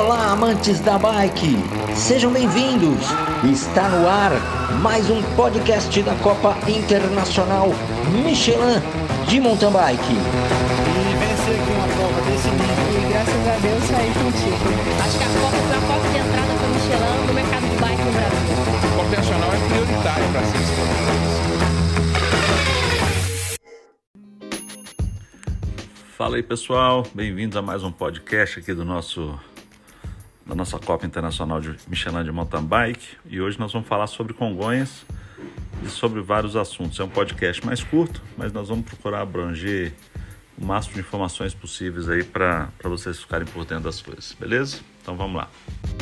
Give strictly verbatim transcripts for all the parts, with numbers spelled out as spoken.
Olá, amantes da bike! Sejam bem-vindos! Está no ar mais um podcast da Copa Internacional Michelin de Mountain Bike. E vencer aqui uma prova desse nível. E graças a Deus saí contigo. Acho que a Copa foi a porta de entrada para o Michelin no mercado de bike no Brasil. A Copa Nacional é prioritária para ser. Fala aí, pessoal, bem-vindos a mais um podcast aqui do nosso, da nossa Copa Internacional de Michelin de Mountain Bike. E hoje nós vamos falar sobre Congonhas e sobre vários assuntos. É um podcast mais curto, mas nós vamos procurar abranger o máximo de informações possíveis aí para vocês ficarem por dentro das coisas, beleza? Então vamos lá.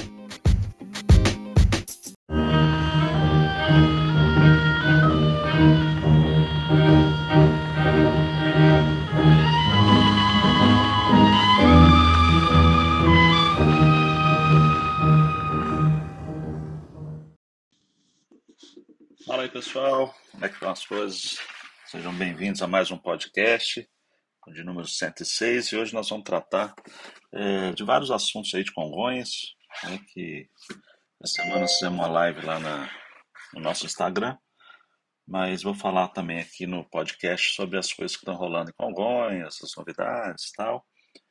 Fala aí, pessoal, como é que estão as coisas? Sejam bem-vindos a mais um podcast de número cento e seis, e hoje nós vamos tratar é, de vários assuntos aí de Congonhas, né, que essa semana nós fizemos uma live lá na, no nosso Instagram, mas vou falar também aqui no podcast sobre as coisas que estão rolando em Congonhas, as novidades e tal,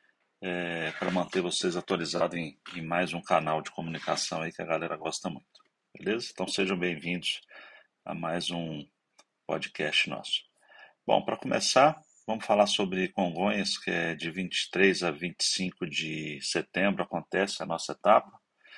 é, para manter vocês atualizados em, em mais um canal de comunicação aí que a galera gosta muito, beleza? Então sejam bem-vindos a mais um podcast nosso. Bom, para começar, vamos falar sobre Congonhas, que é de vinte e três a vinte e cinco de setembro, acontece a nossa etapa.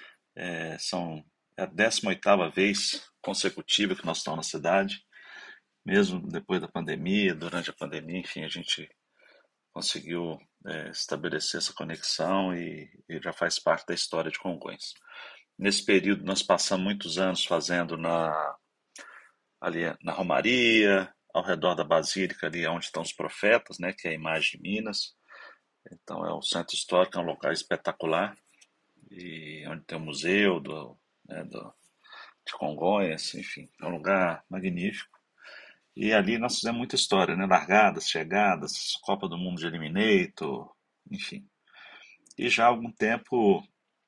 É, são, é a décima oitava vez consecutiva que nós estamos na cidade, mesmo depois da pandemia, durante a pandemia, enfim, a gente conseguiu é, estabelecer essa conexão e, e já faz parte da história de Congonhas. Nesse período, nós passamos muitos anos fazendo na ali na Romaria, ao redor da Basílica, ali onde estão os profetas, né, que é a imagem de Minas. Então é o centro histórico, é um lugar espetacular, e onde tem o museu do, né, do, de Congonhas, enfim, é um lugar magnífico. E ali nós fizemos muita história, né, largadas, chegadas, Copa do Mundo de Eliminator, enfim. E já há algum tempo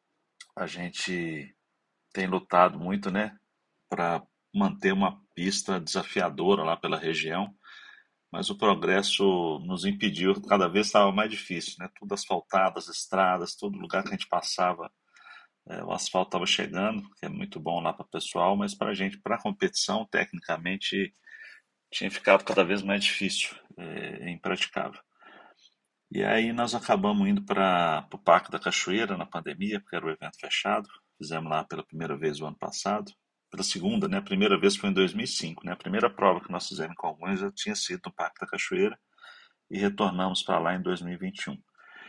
a gente tem lutado muito, né, para manter uma pista desafiadora lá pela região, mas o progresso nos impediu, cada vez estava mais difícil, né? Tudo asfaltado, as estradas, todo lugar que a gente passava, é, o asfalto estava chegando, que é muito bom lá para o pessoal, mas para a gente, para a competição, tecnicamente, tinha ficado cada vez mais difícil, é, é impraticável. E aí nós acabamos indo para o Parque da Cachoeira na pandemia, porque era o evento fechado, fizemos lá pela primeira vez o ano passado, pela segunda, né? A primeira vez foi em dois mil e cinco, né? A primeira prova que nós fizemos em Congonhas já tinha sido no Parque da Cachoeira e retornamos para lá em dois mil e vinte e um.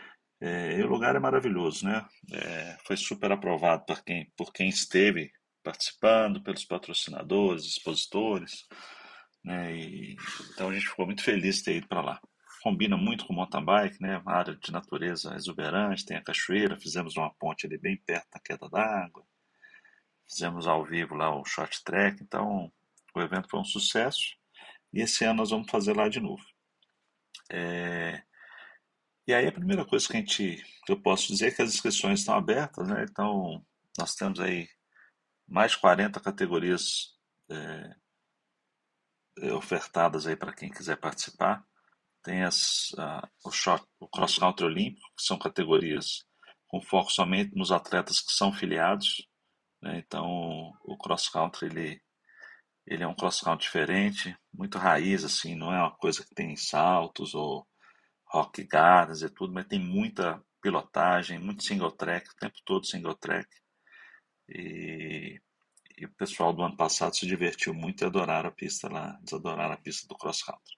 É, e o lugar é maravilhoso, né? É, foi super aprovado por quem, por quem esteve participando, pelos patrocinadores, expositores, né? E, então a gente ficou muito feliz de ter ido para lá. Combina muito com mountain bike, né? Uma área de natureza exuberante, tem a cachoeira, fizemos uma ponte ali bem perto da queda d'água. Fizemos ao vivo lá o short track, então o evento foi um sucesso e esse ano nós vamos fazer lá de novo. É... E aí a primeira coisa que, a gente, que eu posso dizer é que as inscrições estão abertas, né? Então nós temos aí mais de quarenta categorias é, ofertadas aí para quem quiser participar. Tem as, a, o, short, o cross country olímpico, que são categorias com foco somente nos atletas que são filiados. Então o cross country ele, ele é um cross country diferente, muito raiz, assim, não é uma coisa que tem saltos ou rock gardens e tudo, mas tem muita pilotagem, muito single track, o tempo todo single track. E, e o pessoal do ano passado se divertiu muito e adoraram a pista lá, eles adoraram a pista do cross country.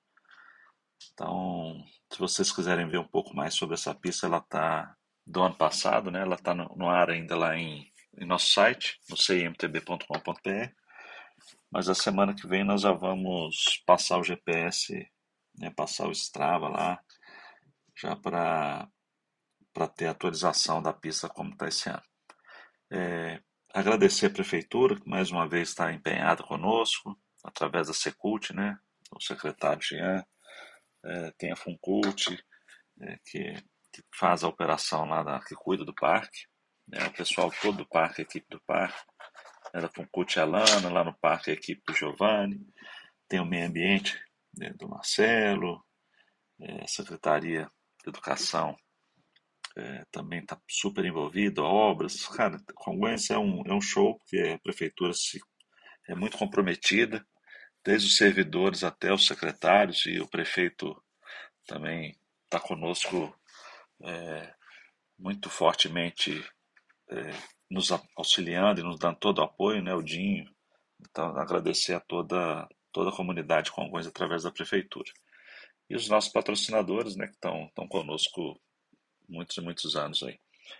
Então, se vocês quiserem ver um pouco mais sobre essa pista, ela está do ano passado, né? Ela está no, no ar ainda lá em em nosso site, no c i m t b ponto com ponto b r, mas a semana que vem nós já vamos passar o G P S, né, passar o Strava lá, já para para ter a atualização da pista como está esse ano. É, agradecer a Prefeitura, que mais uma vez está empenhada conosco, através da Secult, né, o secretário Jean, é, tem a Funcult, é, que, que faz a operação lá, da, que cuida do parque. né, o pessoal todo do parque, a equipe do parque, era com o Cuti Alana, lá no parque a equipe do Giovanni, tem o meio ambiente, né, do Marcelo, é, Secretaria de Educação é, também está super envolvido, obras. Cara, Congonhas é um, é um show, porque a prefeitura se, é muito comprometida, desde os servidores até os secretários, e o prefeito também está conosco é, muito fortemente é, nos auxiliando e nos dando todo o apoio, né, o Dinho. Então, agradecer a toda, toda a comunidade de Congonhas através da prefeitura. E os nossos patrocinadores, né, que estão estão conosco muitos e muitos anos aí.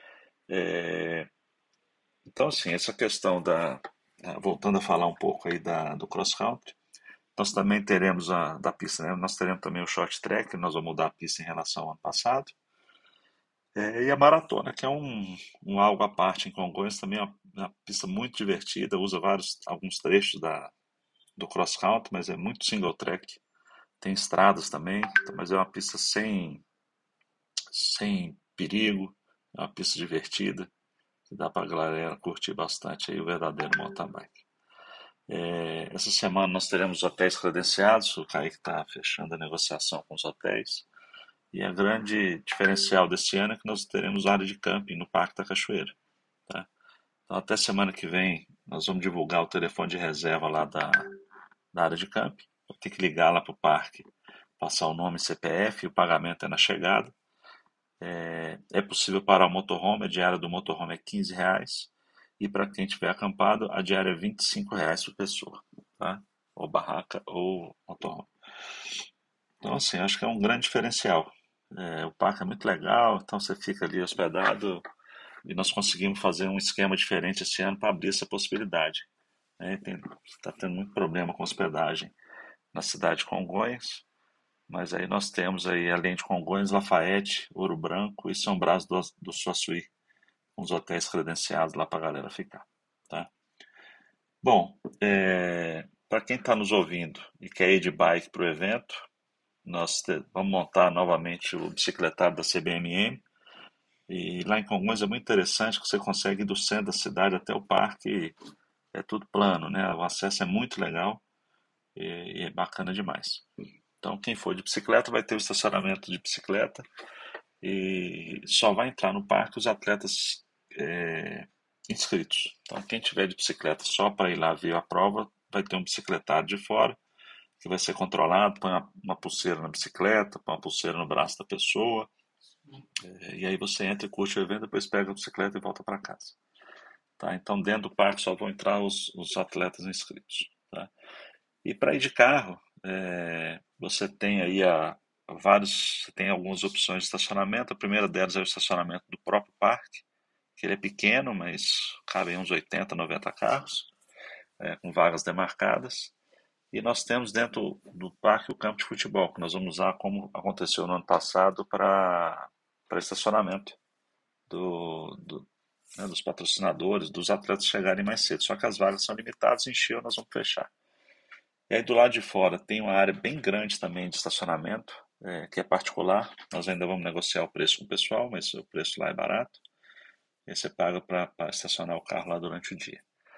É, então, assim, essa questão da... Voltando a falar um pouco aí da, do cross country, nós também teremos a da pista, né? Nós teremos também o short track, nós vamos mudar a pista em relação ao ano passado. É, e a maratona, que é um, um algo à parte em Congonhas, também é uma, uma pista muito divertida, usa vários, alguns trechos da, do cross country, mas é muito single track. Tem estradas também, mas é uma pista sem, sem perigo, é uma pista divertida, que dá para a galera curtir bastante aí o verdadeiro mountain bike. É, essa semana nós teremos hotéis credenciados, o Kaique está fechando a negociação com os hotéis. E a grande diferencial desse ano é que nós teremos área de camping no Parque da Cachoeira. Tá? Então, até semana que vem, nós vamos divulgar o telefone de reserva lá da, da área de camping. Tem que ligar lá para o parque, passar o nome e C P F, e o pagamento é na chegada. É, é possível parar o motorhome, a diária do motorhome é quinze reais. E para quem tiver acampado, a diária é vinte e cinco reais por pessoa. Tá? Ou barraca ou motorhome. Então, assim, acho que é um grande diferencial. É, o parque é muito legal, então você fica ali hospedado, e nós conseguimos fazer um esquema diferente esse ano para abrir essa possibilidade. Está tendo muito problema com hospedagem na cidade de Congonhas, mas aí nós temos aí, além de Congonhas, Lafayette, Ouro Branco e São Brás do, do Suaçuí, com os hotéis credenciados lá para a galera ficar. Tá? Bom, é, para quem está nos ouvindo e quer ir de bike para o evento, nós te, vamos montar novamente o bicicletário da C B M M. E lá em Congonhas é muito interessante que você consegue ir do centro da cidade até o parque, é tudo plano, né? O acesso é muito legal e, e é bacana demais. Então, quem for de bicicleta vai ter o estacionamento de bicicleta e só vai entrar no parque os atletas é, inscritos. Então, quem tiver de bicicleta só para ir lá ver a prova, vai ter um bicicletário de fora, que vai ser controlado, põe uma, uma pulseira na bicicleta, põe uma pulseira no braço da pessoa, é, e aí você entra e curte o evento, depois pega a bicicleta e volta para casa. Tá? Então, dentro do parque só vão entrar os, os atletas inscritos. Tá? E para ir de carro, é, você tem aí a, a vários, você tem algumas opções de estacionamento. A primeira delas é o estacionamento do próprio parque, que ele é pequeno, mas cabem uns oitenta, noventa carros, é, com vagas demarcadas. E nós temos dentro do parque o campo de futebol, que nós vamos usar como aconteceu no ano passado para estacionamento do, do, né, dos patrocinadores, dos atletas chegarem mais cedo. Só que as vagas são limitadas, encheu, nós vamos fechar. E aí do lado de fora tem uma área bem grande também de estacionamento, é, que é particular. Nós ainda vamos negociar o preço com o pessoal, mas o preço lá é barato. E aí você paga para estacionar o carro lá durante o dia.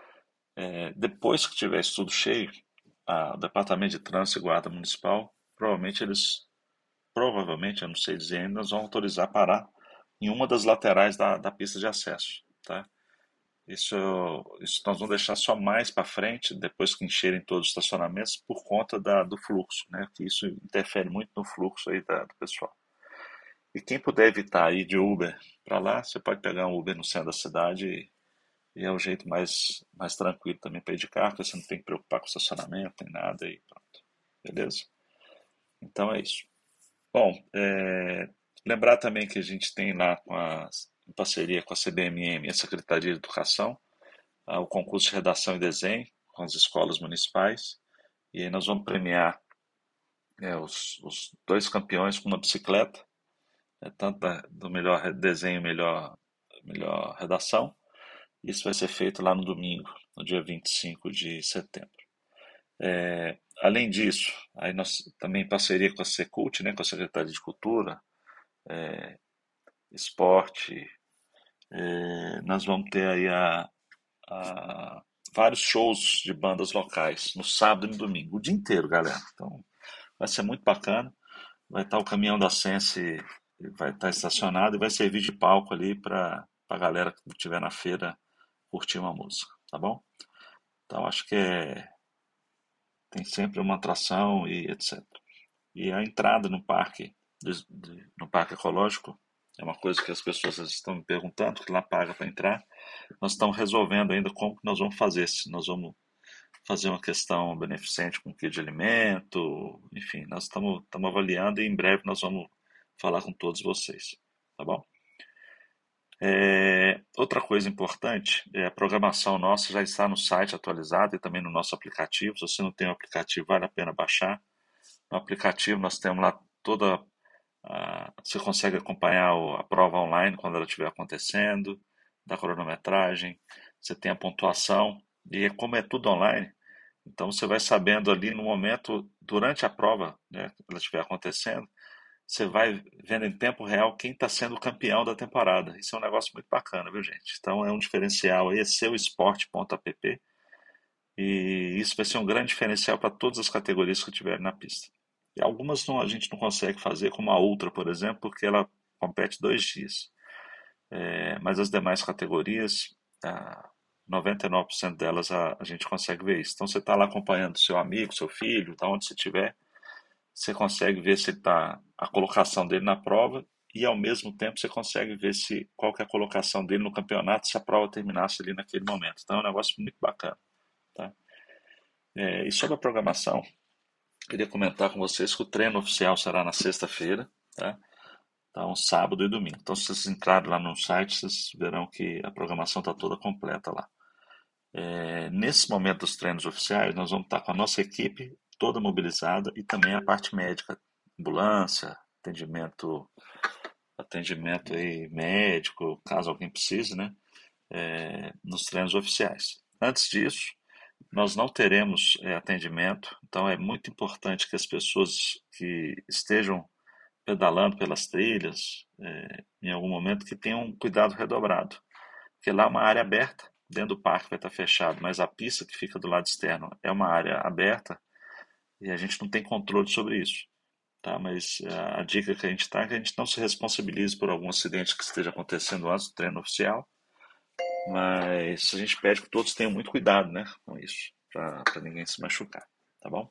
É, depois que tiver isso tudo cheio, a, o Departamento de Trânsito e Guarda Municipal, provavelmente eles, provavelmente, eu não sei dizer ainda, nós vão autorizar parar em uma das laterais da, da pista de acesso, tá? Isso, isso nós vamos deixar só mais para frente, depois que encherem todos os estacionamentos, por conta da, do fluxo, né? Que isso interfere muito no fluxo aí da, do pessoal. E quem puder evitar ir de Uber para lá, você pode pegar um Uber no centro da cidade e, e é o jeito mais, mais tranquilo também para ir de carro, porque você não tem que preocupar com estacionamento, nem nada e pronto. Beleza? Então é isso. Bom, é, lembrar também que a gente tem lá com as, em parceria com a C B M M e a Secretaria de Educação, ah, o concurso de redação e desenho com as escolas municipais. E aí nós vamos premiar é, os, os dois campeões com uma bicicleta, é, tanto da, do melhor desenho e melhor, melhor redação. Isso vai ser feito lá no domingo, no dia vinte e cinco de setembro. É, além disso, aí nós também em parceria com a Secult, né, com a Secretaria de Cultura, é, Esporte, É, nós vamos ter aí a, a- vários shows de bandas locais no sábado e no domingo, o dia inteiro, galera. Então vai ser muito bacana. Vai estar o caminhão da Sense, vai estar estacionado e vai servir de palco ali para a galera que estiver na feira curtir uma música, tá bom? Então acho que é, tem sempre uma atração e etcétera. E a entrada no parque, de- de- no parque ecológico, é uma coisa que as pessoas estão me perguntando, que lá paga para entrar. Nós estamos resolvendo ainda como que nós vamos fazer, se nós vamos fazer uma questão beneficente com kit de alimento, enfim, nós estamos, estamos avaliando e em breve nós vamos falar com todos vocês, tá bom? É, outra coisa importante é a programação nossa já está no site atualizado e também no nosso aplicativo. Se você não tem o aplicativo, vale a pena baixar. No aplicativo nós temos lá toda a, você consegue acompanhar o- a prova online quando ela estiver acontecendo, da cronometragem, você tem a pontuação e é como é tudo online, então você vai sabendo ali no momento, durante a prova, né, que ela estiver acontecendo, você vai vendo em tempo real quem está sendo o campeão da temporada. Isso é um negócio muito bacana, viu, gente? Então é um diferencial aí, é seu esporte ponto app, e isso vai ser um grande diferencial para todas as categorias que tiverem na pista. E algumas não, a gente não consegue fazer, como a Ultra, por exemplo, porque ela compete dois dias. É, mas as demais categorias, ah, noventa e nove por cento delas a, a gente consegue ver isso. Então você está lá acompanhando seu amigo, seu filho, tá onde você estiver, você consegue ver se está a colocação dele na prova e ao mesmo tempo você consegue ver se qual que é a colocação dele no campeonato se a prova terminasse ali naquele momento. Então é um negócio muito bacana, tá? É, e sobre a programação, queria comentar com vocês que o treino oficial será na sexta-feira, tá? Então, sábado e domingo. Então, se vocês entrarem lá no site, vocês verão que a programação está toda completa lá. É, nesse momento dos treinos oficiais, nós vamos estar com a nossa equipe toda mobilizada e também a parte médica, ambulância, atendimento, atendimento aí médico, caso alguém precise, né? É, nos treinos oficiais. Antes disso, nós não teremos é, atendimento, então é muito importante que as pessoas que estejam pedalando pelas trilhas, é, em algum momento, que tenham um cuidado redobrado. Porque lá é uma área aberta, dentro do parque vai estar fechado, mas a pista que fica do lado externo é uma área aberta e a gente não tem controle sobre isso. Tá? Mas a, a dica que a gente está é que a gente não se responsabilize por algum acidente que esteja acontecendo antes do treino oficial, mas a gente pede que todos tenham muito cuidado, né, com isso, para ninguém se machucar, tá bom?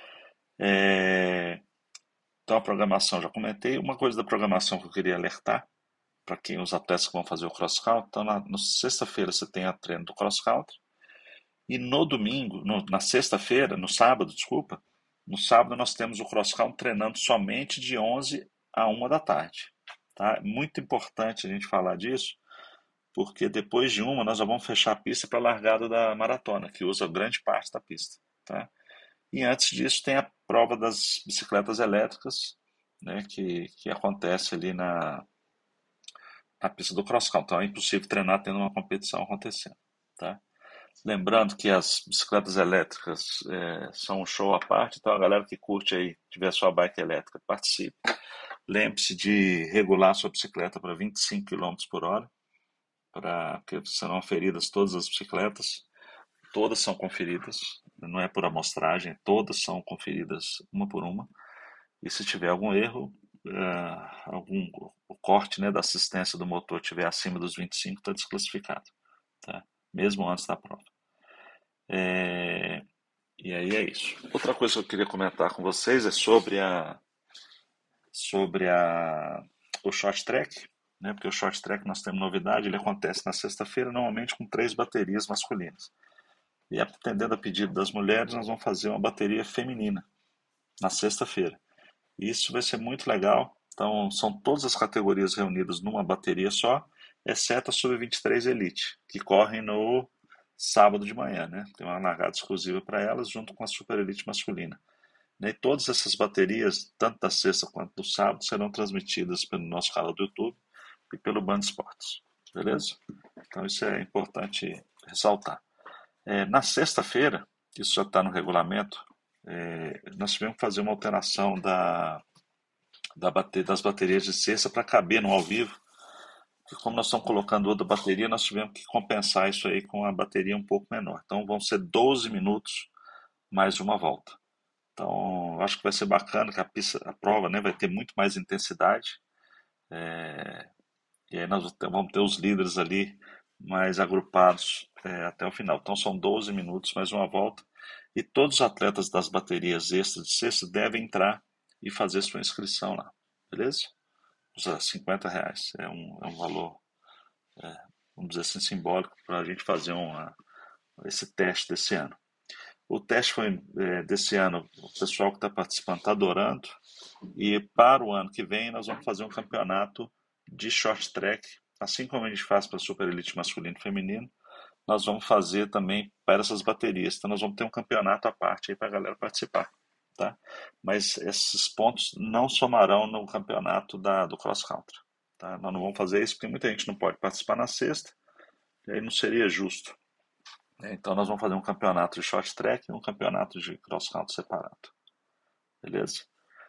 É, Então a programação já comentei. Uma coisa da programação que eu queria alertar para quem os atletas que vão fazer o cross country. Então na, na sexta-feira você tem a treino do cross country e no domingo, no, na sexta-feira, no sábado, desculpa, no sábado nós temos o cross country treinando somente de onze a uma da tarde, tá? É muito importante a gente falar disso, porque depois de uma nós já vamos fechar a pista para a largada da maratona, que usa grande parte da pista, tá? E antes disso tem a prova das bicicletas elétricas, né, que, que acontece ali na, na pista do cross country. Então é impossível treinar tendo uma competição acontecendo, tá? Lembrando que as bicicletas elétricas é, são um show à parte, então a galera que curte aí, tiver sua bike elétrica, participe. Lembre-se de regular sua bicicleta para vinte e cinco quilômetros por hora, para porque serão feridas todas as bicicletas. Todas são conferidas, não é por amostragem, todas são conferidas uma por uma. E se tiver algum erro, uh, algum o corte, né, da assistência do motor tiver acima dos vinte e cinco, está desclassificado, tá? Mesmo antes da prova. É, e aí é isso. Outra coisa que eu queria comentar com vocês é sobre a sobre a o short track, né? Porque o short track nós temos novidade, ele acontece na sexta-feira, normalmente com três baterias masculinas. E atendendo a pedido das mulheres, nós vamos fazer uma bateria feminina na sexta-feira. E isso vai ser muito legal. Então, são todas as categorias reunidas numa bateria só, exceto a sub vinte e três Elite, que correm no sábado de manhã, né? Tem uma largada exclusiva para elas, junto com a Super Elite masculina. E todas essas baterias, tanto da sexta quanto do sábado, serão transmitidas pelo nosso canal do YouTube e pelo Band Esportes. Beleza? Então, isso é importante ressaltar. É, na sexta-feira, isso já está no regulamento, é, nós tivemos que fazer uma alteração da, da bate, das baterias de sexta para caber no ao vivo, E como nós estamos colocando outra bateria, nós tivemos que compensar isso aí com a bateria um pouco menor. Então vão ser doze minutos mais uma volta. Então acho que vai ser bacana que a pista, a prova, né, vai ter muito mais intensidade. É, e aí nós vamos ter os líderes ali mais agrupados é, até o final. Então são doze minutos mais uma volta. E todos os atletas das baterias extras de sexta devem entrar e fazer sua inscrição lá. Beleza? Usa cinquenta reais. É um, é um valor, é, vamos dizer assim, simbólico para a gente fazer uma, esse teste desse ano. O teste foi é, desse ano, o pessoal que está participando está adorando. E para o ano que vem nós vamos fazer um campeonato de short track, assim como a gente faz para a Super Elite masculino e feminino, nós vamos fazer também para essas baterias. Então nós vamos ter um campeonato à parte aí para a galera participar. Tá? Mas esses pontos não somarão no campeonato da, do cross country. Tá? Nós não vamos fazer isso porque muita gente não pode participar na sexta, e aí não seria justo. Então nós vamos fazer um campeonato de short track e um campeonato de cross country separado. Beleza?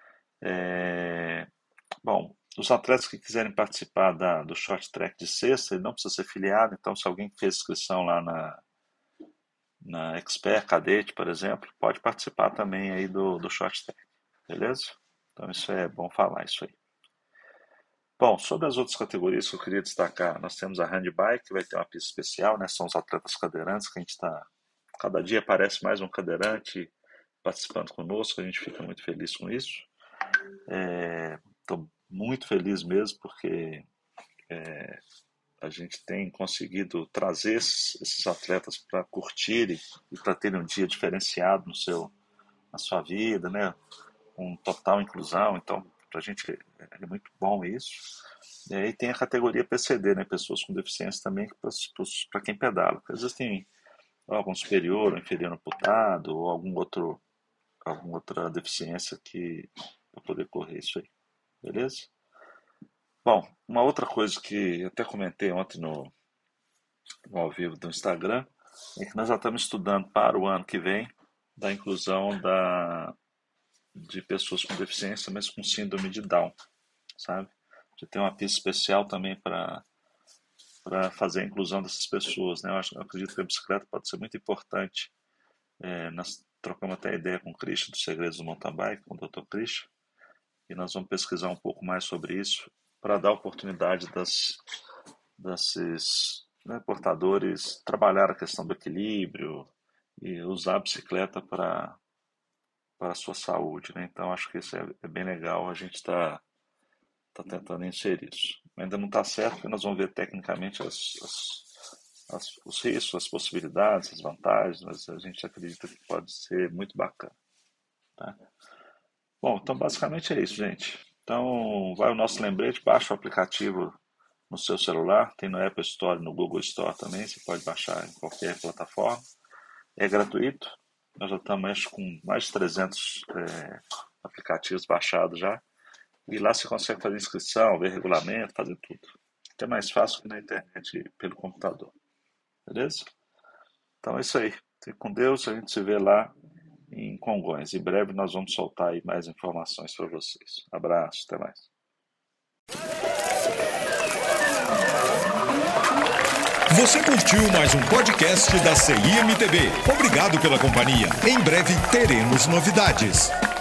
É... Bom, os atletas que quiserem participar da, do short track de sexta, ele não precisa ser filiado. Então se alguém fez inscrição lá na na Expert Cadete, por exemplo, pode participar também aí do, do short track, beleza? Então isso é bom falar, isso aí. Bom, sobre as outras categorias que eu queria destacar, nós temos a handbike, que vai ter uma pista especial, né? São os atletas cadeirantes, que a gente está, cada dia aparece mais um cadeirante participando conosco, a gente fica muito feliz com isso. Estou é, muito feliz mesmo, porque é, a gente tem conseguido trazer esses, esses atletas para curtirem e para terem um dia diferenciado no seu, na sua vida, né? Com total inclusão. Então, para a gente é muito bom isso. E aí tem a categoria P C D, né? Pessoas com deficiência também, para quem pedala. Às vezes tem algum superior ou inferior amputado ou algum outro, alguma outra deficiência que para poder correr isso aí. Beleza? Bom, uma outra coisa que até comentei ontem no, no ao vivo do Instagram é que nós já estamos estudando para o ano que vem da inclusão da, de pessoas com deficiência, mas com síndrome de Down, sabe? Já tem uma pista especial também para para fazer a inclusão dessas pessoas, né? Eu, acho, eu acredito que a bicicleta pode ser muito importante. É, nós trocamos até ideia com o Christian dos Segredos do Mountain Bike, com o doutor Christian, e nós vamos pesquisar um pouco mais sobre isso, para dar oportunidade das, desses né, portadores trabalhar a questão do equilíbrio e usar a bicicleta para para a sua saúde, né? Então acho que isso é, é bem legal, a gente está tá tentando inserir isso. Ainda não está certo, porque nós vamos ver tecnicamente as, as, as, os riscos, as possibilidades, as vantagens, mas a gente acredita que pode ser muito bacana. Tá? Bom, então basicamente é isso, gente. Então, vai o nosso lembrete, baixa o aplicativo no seu celular, tem no Apple Store, no Google Store também, você pode baixar em qualquer plataforma. É gratuito, nós já estamos com mais de trezentos é, aplicativos baixados já, e lá você consegue fazer inscrição, ver regulamento, fazer tudo. É mais fácil que na internet pelo computador. Beleza? Então é isso aí. Fique com Deus, a gente se vê lá em Congonhas. Em breve nós vamos soltar aí mais informações para vocês. Abraço, até mais. Você curtiu mais um podcast da C I M T B. Obrigado pela companhia. Em breve teremos novidades.